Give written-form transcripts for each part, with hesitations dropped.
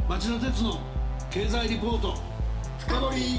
町田鉄の経済リポート深掘り。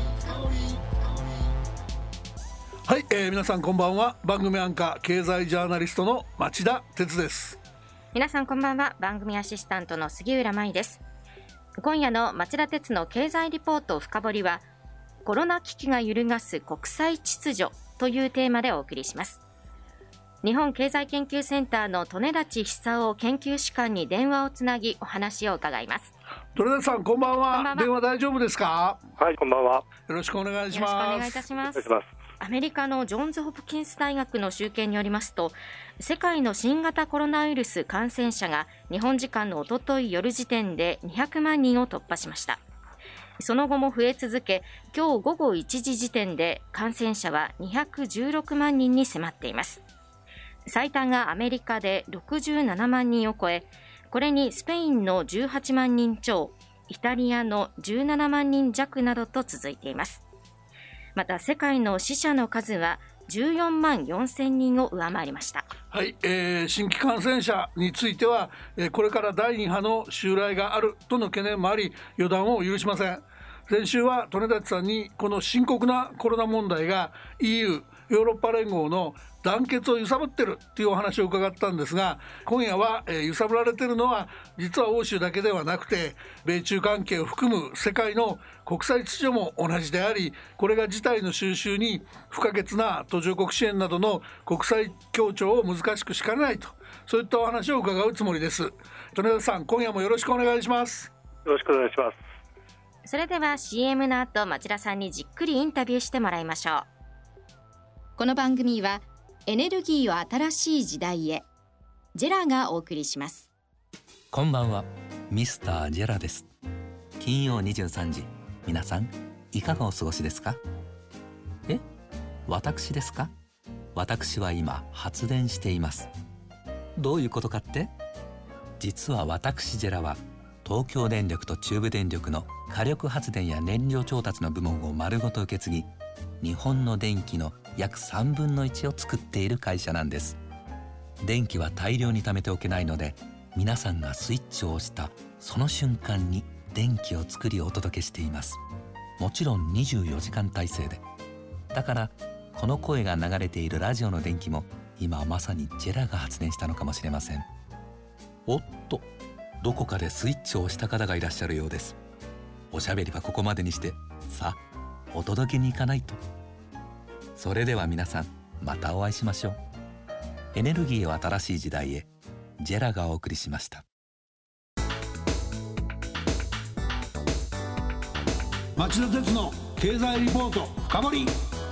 はい、皆さんこんばんは。番組アンカー経済ジャーナリストの町田鉄です。 皆さんこんばんは。番組アシスタントの杉浦舞です。今夜の町田鉄の経済リポート深掘りは、コロナ危機が揺るがす国際秩序というテーマでお送りします。日本経済研究センターの利根立久夫研究主幹に電話をつなぎお話を伺います。 利根さんこんばんは。 こんばんは。 電話大丈夫ですか？ はい、こんばんは。 よろしくお願いします。 よろしくお願いいたします。アメリカのジョンズ・ホプキンス大学の集計によりますと、世界の新型コロナウイルス感染者が日本時間のおととい夜時点で200万人を突破しました。その後も増え続け、今日午後1時時点で感染者は216万人に迫っています。最多がアメリカで67万人を超え、これにスペインの18万人超、イタリアの17万人弱などと続いています。また世界の死者の数は14万4千人を上回りました。 はい、新規感染者については、これから第2波の襲来があるとの懸念もあり、予断を許しません。先週は利根立さんにこの深刻なコロナ問題が EU ヨーロッパ連合の団結を揺さぶってるというお話を伺ったんですが、今夜は、揺さぶられているのは実は欧州だけではなくて、米中関係を含む世界の国際秩序も同じであり、これが事態の収拾に不可欠な途上国支援などの国際協調を難しくしかねないと、そういったお話を伺うつもりです。利根さん、今夜もよろしくお願いします。 よろしくお願いします。 それでは CM の後、町田さんにじっくりインタビューしてもらいましょう。この番組はエネルギーを新しい時代へ、ジェラがお送りします。 こんばんは、ミスタージェラです。金曜23時、皆さんいかがお過ごしですか？私ですか？私は今発電しています。どういうことかって？実は私ジェラは東京電力と中部電力の火力発電や燃料調達の部門を丸ごと受け継ぎ、日本の電気の約3分の1を作っている会社なんです。電気は大量に貯めておけないので、皆さんがスイッチを押したその瞬間に電気を作りお届けしています。もちろん24時間体制で。だからこの声が流れているラジオの電気も今まさにジェラが発電したのかもしれません。おっと、どこかでスイッチを押した方がいらっしゃるようです。おしゃべりはここまでにして、さあお届けに行かないと。それでは皆さん、またお会いしましょう。エネルギーを新しい時代へ、ジェラがお送りしました。 町田鉄の経済リポート深掘り。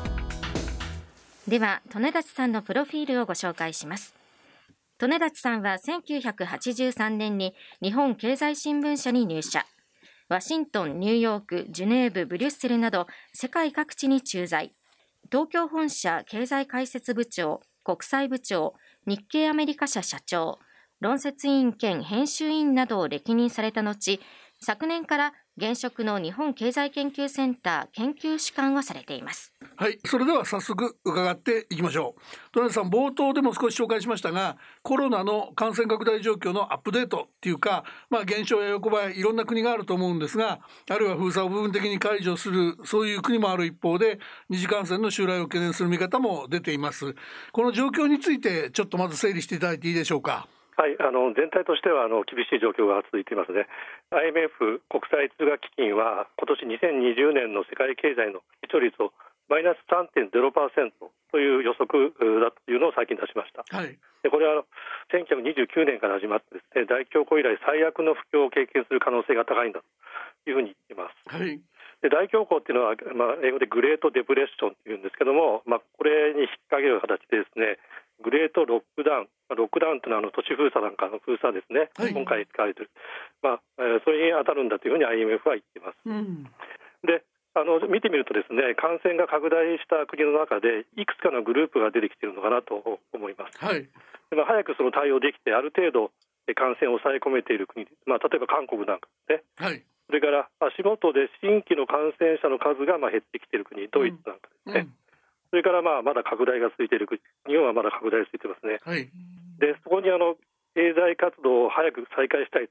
では利根立さんのプロフィールをご紹介します。利根立さんは1983年に日本経済新聞社に入社。ワシントン、ニューヨーク、ジュネーブ、ブリュッセルなど世界各地に駐在。東京本社経済解説部長、国際部長、日系アメリカ社社長、論説委員兼編集員などを歴任された後、昨年から現職の日本経済研究センター研究主幹をされています。 はい、それでは早速伺っていきましょう。利根さん、冒頭でも少し紹介しましたが、コロナの感染拡大状況のアップデートっていうか、減少や横ばい、いろんな国があると思うんですが、あるいは封鎖を部分的に解除する、そういう国もある一方で、二次感染の襲来を懸念する見方も出ています。この状況についてちょっとまず整理していただいていいでしょうか。 はい、全体としては厳しい状況が続いていますね。IMF 国際通貨基金は今年2020年の世界経済の成長率をマイナス 3.0% という予測だというのを最近出しました。 はい、 でこれは1929年から始まってですね、大恐慌以来最悪の不況を経験する可能性が高いんだというふうに言っています。 はい、 で大恐慌というのは、英語でグレートデプレッションというんですけども、これに引っ掛ける形でですね、グレートロックダウン、ロックダウンというのは都市封鎖なんかの封鎖ですね、 はい、 今回使われている、それに当たるんだというふうに IMF は言っています。で見てみるとですね、感染が拡大した国の中でいくつかのグループが出てきているのかなと思います。 はい、 で早くその対応できて、ある程度感染を抑え込めている国、例えば韓国なんかですね、 はい、 それから足元で新規の感染者の数が減ってきている国、ドイツなんかですね、それからまだ拡大が続いている国、日本はまだ拡大が続いていますね。 はい、 でそこに経済活動を早く再開したいと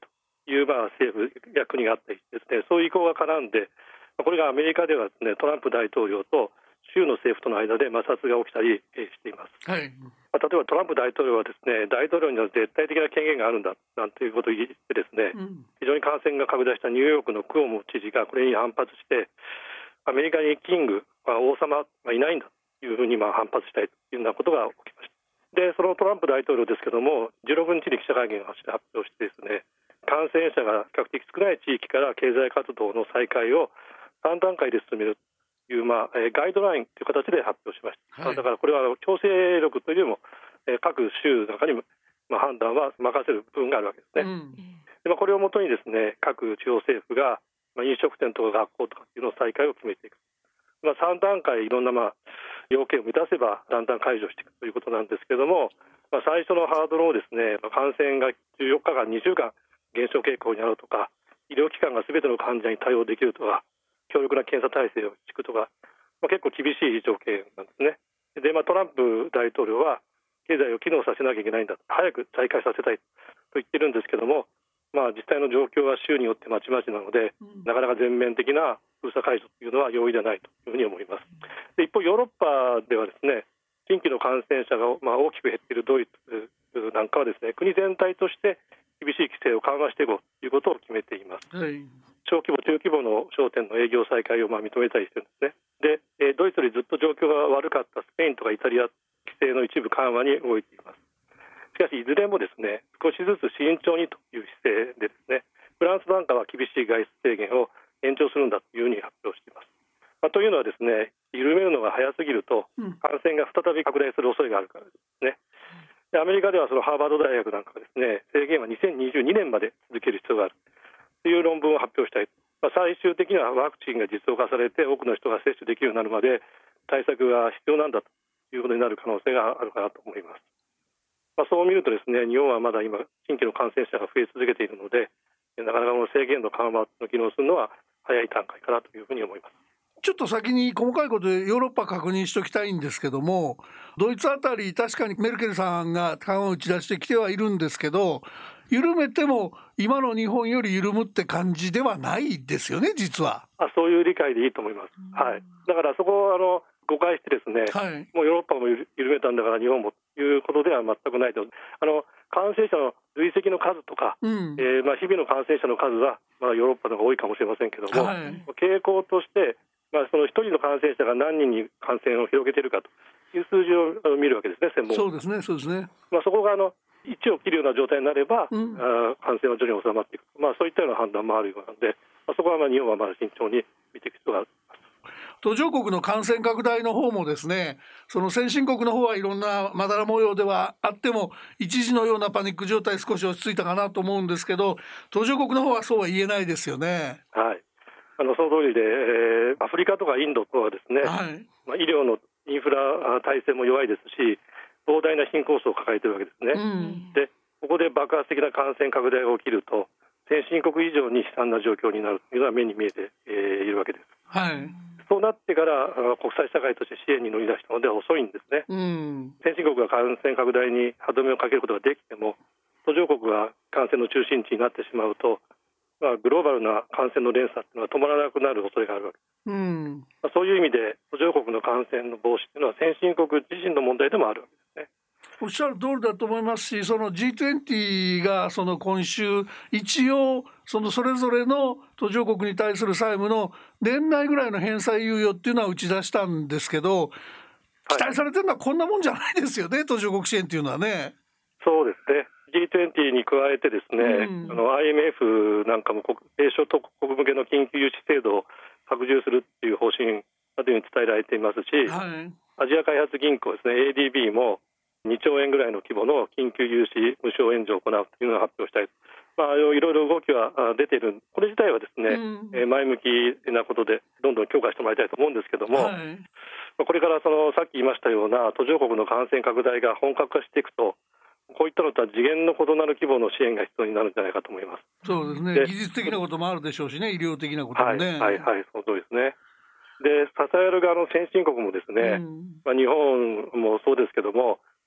いう政府や国があったりですね、そういう意向が絡んで、これがアメリカではですね、トランプ大統領と州の政府との間で摩擦が起きたりしています。 はい。 例えばトランプ大統領はですね、大統領には絶対的な権限があるんだなんていうことを言ってですね、非常に感染が拡大したニューヨークのクオモ知事がこれに反発して、アメリカにキング、王様はいないんだというふうに反発したいというようなことが起きました。で、そのトランプ大統領ですけども、16日に記者会見を発表してですね、感染者が比較的少ない地域から経済活動の再開を3段階で進めるという、ガイドラインという形で発表しました。はい、だからこれは強制力というよりも、各州の中に判断は任せる部分があるわけですね。でこれをもとにですね、各地方政府が飲食店とか学校とかいうの再開を決めていく。3段階いろんな要件を満たせばだんだん解除していくということなんですけれども、最初のハードルをですね、感染が14日間2週間減少傾向にあるとか、医療機関が全ての患者に対応できるとか、強力な検査体制を敷くとか、結構厳しい条件なんですね。で、トランプ大統領は経済を機能させなきゃいけないんだ、早く再開させたいと言ってるんですけども、実際の状況は州によってまちまちなので、なかなか全面的な封鎖解除というのは容易ではないというふうに思います。で、一方ヨーロッパではですね、新規の感染者が大きく減っているドイツなんかはですね、国全体として厳しい規制を緩和していこうということを決めています。はい、小規模中規模の商店の営業再開を認めたりしてるんですね。で、ドイツよりずっと状況が悪かったスペインとかイタリア、規制の一部緩和に動いています。しかしいずれもですね、少しずつ慎重にという姿勢でですね、フランスなんかは厳しい外出制限を延長するんだというふうに発表しています。というのはですね、緩めるのが早すぎると感染が再び拡大する恐れがあるからですね。で、アメリカではそのハーバード大学なんかがですね、制限は2022年まで続ける必要があるという論文を発表したい。最終的にはワクチンが実用化されて多くの人が接種できるようになるまで対策が必要なんだということになる可能性があるかなと思います。そう見るとですね、日本はまだ今新規の感染者が増え続けているので、なかなかこの制限の緩和の機能するのは早い段階かなというふうに思います。 ちょっと先に細かいことでヨーロッパ確認しておきたいんですけども、ドイツあたり確かにメルケルさんが緩和を打ち出してきてはいるんですけど、緩めても今の日本より緩むって感じではないですよね、実は。 そういう理解でいいと思います。はい、だからそこを誤解してですね、はい、もうヨーロッパも緩めたんだから日本もということでは全くないと。感染者の累積の数とか、日々の感染者の数はヨーロッパの方が多いかもしれませんけども、はい、傾向としてその1人の感染者が何人に感染を広げているかという数字を見るわけですね、専門家。 そうですね、そうですね。 そこが1を切るような状態になれば、感染は徐々に収まっていく、そういったような判断もあるようなので、そこは日本はまだ慎重に見ていく必要がある。 途上国の感染拡大の方もですね、その先進国の方はいろんなまだら模様ではあっても一時のようなパニック状態少し落ち着いたかなと思うんですけど、途上国の方はそうは言えないですよね。 はい、その通りで、アフリカとかインドとはですね、はい、医療のインフラ体制も弱いですし、膨大な貧困層を抱えているわけですね。で、ここで爆発的な感染拡大が起きると先進国以上に悲惨な状況になるというのは目に見えているわけです。はい、そうなってから国際社会として支援に乗り出したのでは遅いんですね。先進国が感染拡大に歯止めをかけることができても、途上国が感染の中心地になってしまうと、グローバルな感染の連鎖というのは止まらなくなる恐れがあるわけです。そういう意味で途上国の感染の防止というのは先進国自身の問題でもあるわけですね。 おっしゃる通りだと思いますし、その G20 がその今週一応それぞれの途上国に対する債務の年内ぐらいの返済猶予っていうのは打ち出したんですけど、期待されてるのはこんなもんじゃないですよね、途上国支援っていうのはね。 そうですね。G20 に加えてですね、IMF なんかも低所得国向けの緊急融資制度を拡充するっていう方針などに伝えられていますし、はい、アジア開発銀行ですね、ADB も2兆円ぐらいの規模の緊急融資無償援助を行うというのを発表したい。いろいろ動きは出ている。これ自体はですね、前向きなことでどんどん強化してもらいたいと思うんですけども、はい、これからさっき言いましたような途上国の感染拡大が本格化していくと、こういったのとは次元の異なる規模の支援が必要になるんじゃないかと思います。 そうですね。技術的なこともあるでしょうしね、医療的なこともね。 はい、その通りですね。で、支える側の先進国もですね、日本もそうですけども、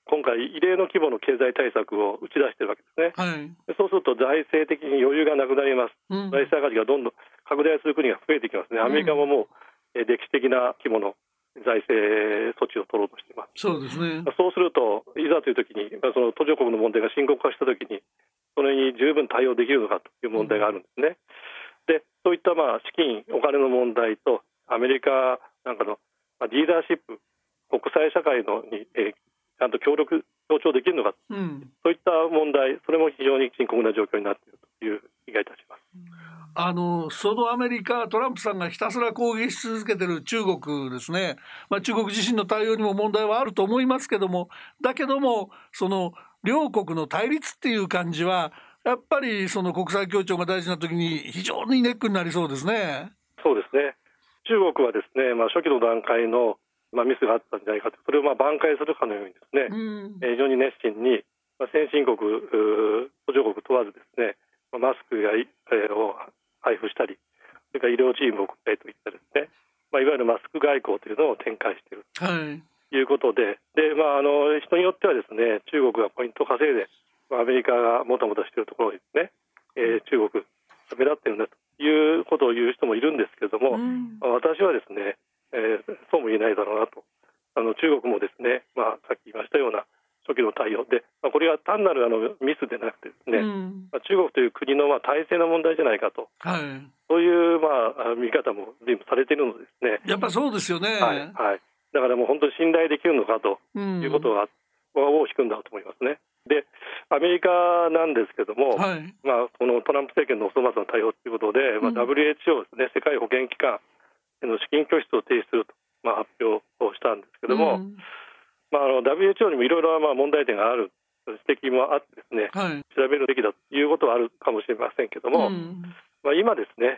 今回異例の規模の経済対策を打ち出しているわけですね、 はい、 そうすると財政的に余裕がなくなります、財政赤字がどんどん拡大する国が増えてきますね。アメリカももう歴史的な規模の財政措置を取ろうとしています。 そうですね。 そうするといざという時にその途上国の問題が深刻化した時にそれに十分対応できるのかという問題があるんですね。でそういった資金お金の問題とアメリカなんかのリーダーシップ国際社会のにちゃんと協調できるのか、そういった問題それも非常に深刻な状況になっているという気がいたします。 そのアメリカトランプさんがひたすら攻撃し続けている中国ですね、中国自身の対応にも問題はあると思いますけども、だけどもその両国の対立っていう感じはやっぱりその国際協調が大事な時に非常にネックになりそうですね。 そうですね。中国はですね、初期の段階のミスがあったんじゃないかと、それを挽回するかのようにですね、非常に熱心に先進国途上国問わずですね、マスクを配布したり、それから医療チームを送ったりといったですね、いわゆるマスク外交というのを展開しているということで、人によってはですね、中国がポイントを稼いでアメリカがもたもたしているところにですね、中国目立っているんだということを言う人もいるんですけれども、私はですね、そうも言えないだろうなと。中国もですね、さっき言いましたような初期の対応で、これが単なるミスでなくてですね、中国という国の体制の問題じゃないかと、そういう見方も随分されているのですね。 やっぱそうですよね。 だからもう本当に信頼できるのかということが大きくんだと思いますね。でアメリカなんですけども、このトランプ政権のお粗末な対応ということで、WHO ですね、世界保健機関への資金拠出を停止すると、発表をしたんですけども、WHO にもいろいろ問題点がある指摘もあってですね、調べるべきだということはあるかもしれませんけども、今ですね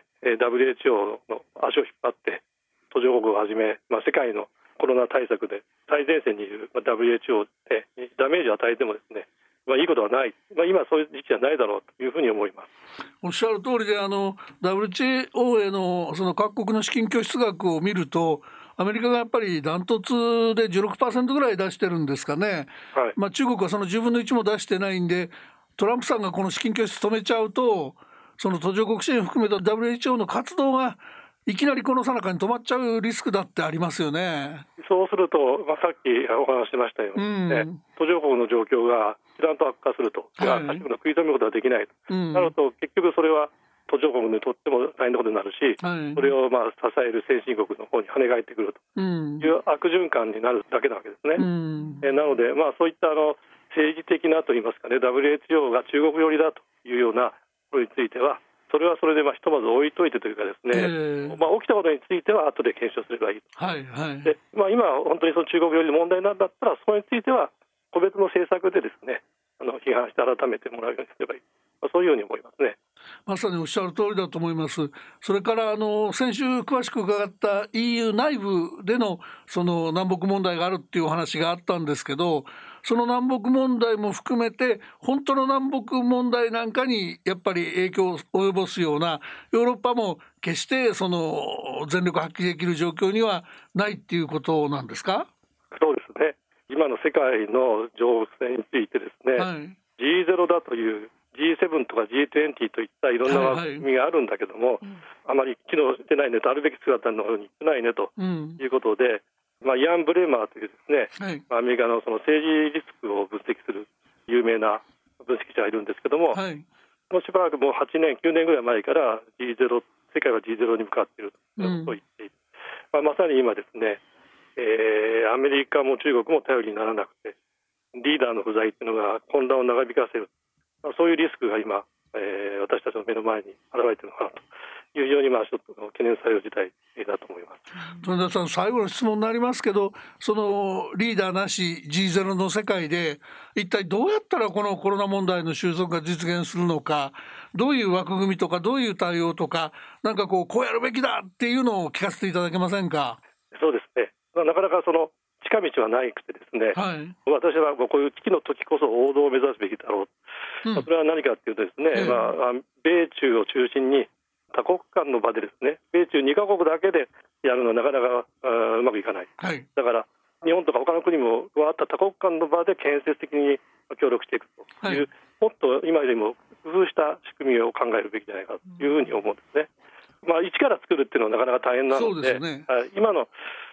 WHO の足を引っ張って途上国をはじめ、世界のコロナ対策で最前線にいる WHO でダメージを与えてもですね、いいことはない、今そういう時期じゃないだろうというふうに思います。 おっしゃる通りでWHO へのその各国の資金拠出額を見るとアメリカがやっぱりダントツで 16% ぐらい出してるんですかね、中国はその10分の1も出してないんで、トランプさんがこの資金拠出止めちゃうとその途上国支援を含めた WHO の活動がいきなりこの最中に止まっちゃうリスクだってありますよね。 そうすると、さっきお話ししましたように、途上国の状況が一段と悪化すると、食い止めることができないと、なると結局それは途上国にとっても大変なことになるし、それを支える先進国の方に跳ね返ってくるという悪循環になるだけなわけですね。なので、そういった政治的なといいますかね、 WHO が中国寄りだというようなことについてはそれはそれでひとまず置いといてというかですね、起きたことについては後で検証すればいいと、で今本当にその中国寄りの問題なんだったらそこについては個別の政策でですね批判して改めてもらうようにすればいい、そういうように思いますね。 まさにおっしゃる通りだと思います。それから先週詳しく伺った EU 内部でのその南北問題があるっていうお話があったんですけど、その南北問題も含めて本当の南北問題なんかにやっぱり影響を及ぼすような、ヨーロッパも決してその全力発揮できる状況にはないっていうことなんですか？ そうですね。今の世界の情勢についてですね、G0 だというG7 とか G20 といったいろんな枠組みがあるんだけども、あまり機能してないねと、あるべき姿のようにしてないねということで、イアン・ブレマーというですね、アメリカのその政治リスクを分析する有名な分析者がいるんですけども、もうしばらくもう8年9年ぐらい前から G0 世界は G0 に向かっているということを言っている、まさに今ですね、アメリカも中国も頼りにならなくてリーダーの不在というのが混乱を長引かせる、そういうリスクが今、私たちの目の前に現れているのかなという非常にちょっと懸念される事態だと思います。 富田さん、最後の質問になりますけど、そのリーダーなし G0 の世界で一体どうやったらこのコロナ問題の収束が実現するのか、どういう枠組みとかどういう対応とか、なんかこうやるべきだっていうのを聞かせていただけませんか？ そうですね、なかなかその近道はないくてですね、私はこういう危機の時こそ王道を目指すべきだろう、それは何かというとですね、米中を中心に多国間の場でですね、米中2カ国だけでやるのはなかなかうまくいかない、だから日本とか他の国も加のあった多国間の場で建設的に協力していくという、もっと今よりも工夫した仕組みを考えるべきじゃないかというふうに思うんですね。一から作るっていうのはなかなか大変なの で、今の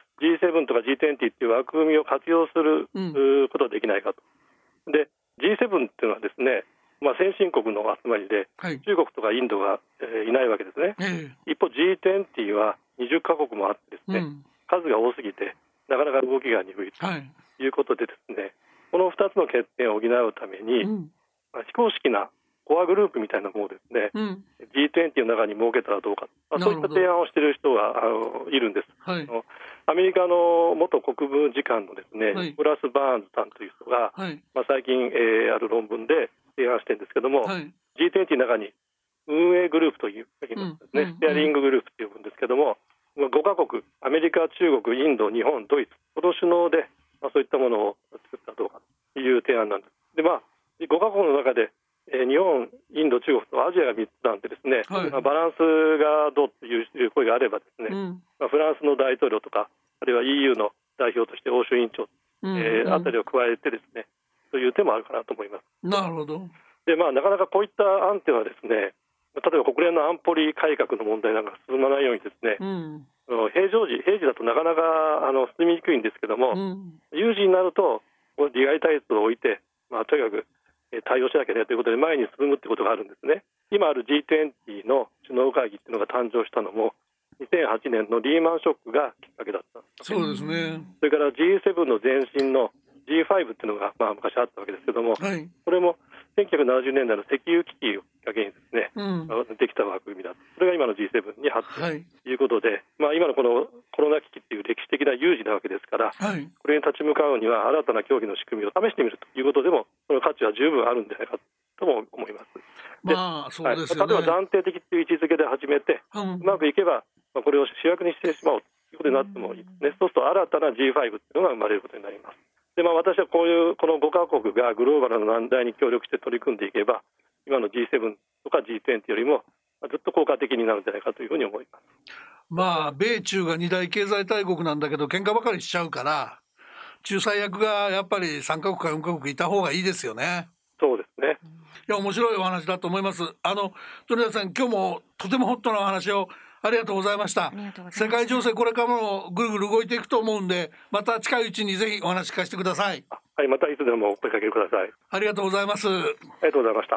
G7 とか G20 っていう枠組みを活用することはできないかと。で G7 っていうのはですね、先進国の集まりで、中国とかインドが、いないわけですね。一方 G20 は20カ国もあってですね、数が多すぎてなかなか動きが鈍いということでですね、この2つの欠点を補うために、非公式なコアグループみたいなものをですね、G20 の中に設けたらどうか、そういった提案をしている人がいるんです。アメリカの元国務次官のですね、ニコラス・バーンズさんという人が、最近、ある論文で提案してるんですけども、G20 の中に運営グループというですね、ステアリンググループと呼ぶんですけども、5カ国、アメリカ、中国、インド、日本、ドイツ、この首脳で、そういったものを作ったらどうかという提案なんです。で、5カ国の中で日本、インド、中国とアジアが3つなんでですね、バランスがどうという声があればですね、フランスの大統領とか、あるいは EU の代表として欧州委員長、あたりを加えてですね、という手もあるかなと思います。なるほど。で、なかなかこういった案点はですね、例えば国連の安保理改革の問題なんか進まないようにですね、平時だとなかなか進みにくいんですけども、有事になると利害対立を置いて、とにかく対応しなきゃねということで前に進むということがあるんですね。今ある G20 の首脳会議というのが誕生したのも2008年のリーマンショックがきっかけだった。そうですね。それから G7 の前身の G5 っていうのが昔あったわけですけども、これも1970年代の石油危機をきっかけにですね、できた枠組みだ。それが今の G7 に発展ということで、今のこのコロナ危機っていう歴史的な有事なわけですから、これに立ち向かうには新たな協議の仕組みを試してみるということでもその価値は十分あるんじゃないかとも思います。そうですよね。例えば暫定的という位置づけで始めて、うまくいけばこれを主役にしてしまおうということになってもいいですね。そうすると新たな G5 というのが生まれることになります。で、私はこの5カ国がグローバルな難題に協力して取り組んでいけば、今の G7 とか G20 よりもずっと効果的になるんじゃないかというふうに思います。米中が2大経済大国なんだけど喧嘩ばかりしちゃうから、仲裁役がやっぱり3カ国か4カ国いた方がいいですよね。そうですね。いや、面白いお話だと思います。鳥谷さん、今日もとてもホットなお話をありがとうございました。世界情勢これからもぐるぐる動いていくと思うんで、また近いうちにぜひお話聞かせてください。はい、またいつでもお声かけください。ありがとうございます。ありがとうございました。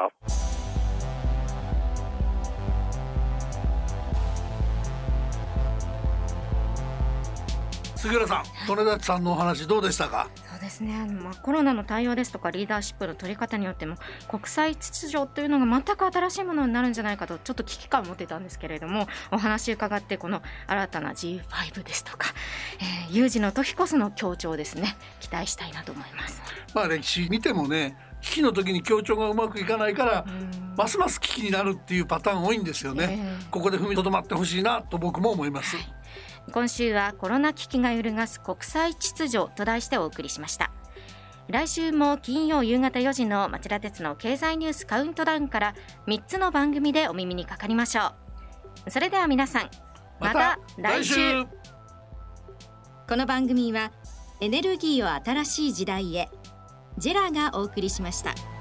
杉浦さん、利根立さんのお話どうでしたか？そうですね、コロナの対応ですとかリーダーシップの取り方によっても国際秩序というのが全く新しいものになるんじゃないかとちょっと危機感を持ってたんですけれども、お話伺ってこの新たな G5 ですとか、有事の時こその協調ですね、期待したいなと思います。歴史見てもね、危機の時に協調がうまくいかないからますます危機になるっていうパターン多いんですよね。ここで踏みとどまってほしいなと僕も思います。今週はコロナ危機が揺るがす国際秩序と題してお送りしました。来週も金曜夕方4時の町田鉄の経済ニュースカウントダウンから3つの番組でお耳にかかりましょう。それでは皆さん、また来週。この番組はエネルギーを新しい時代へ、ジェラがお送りしました。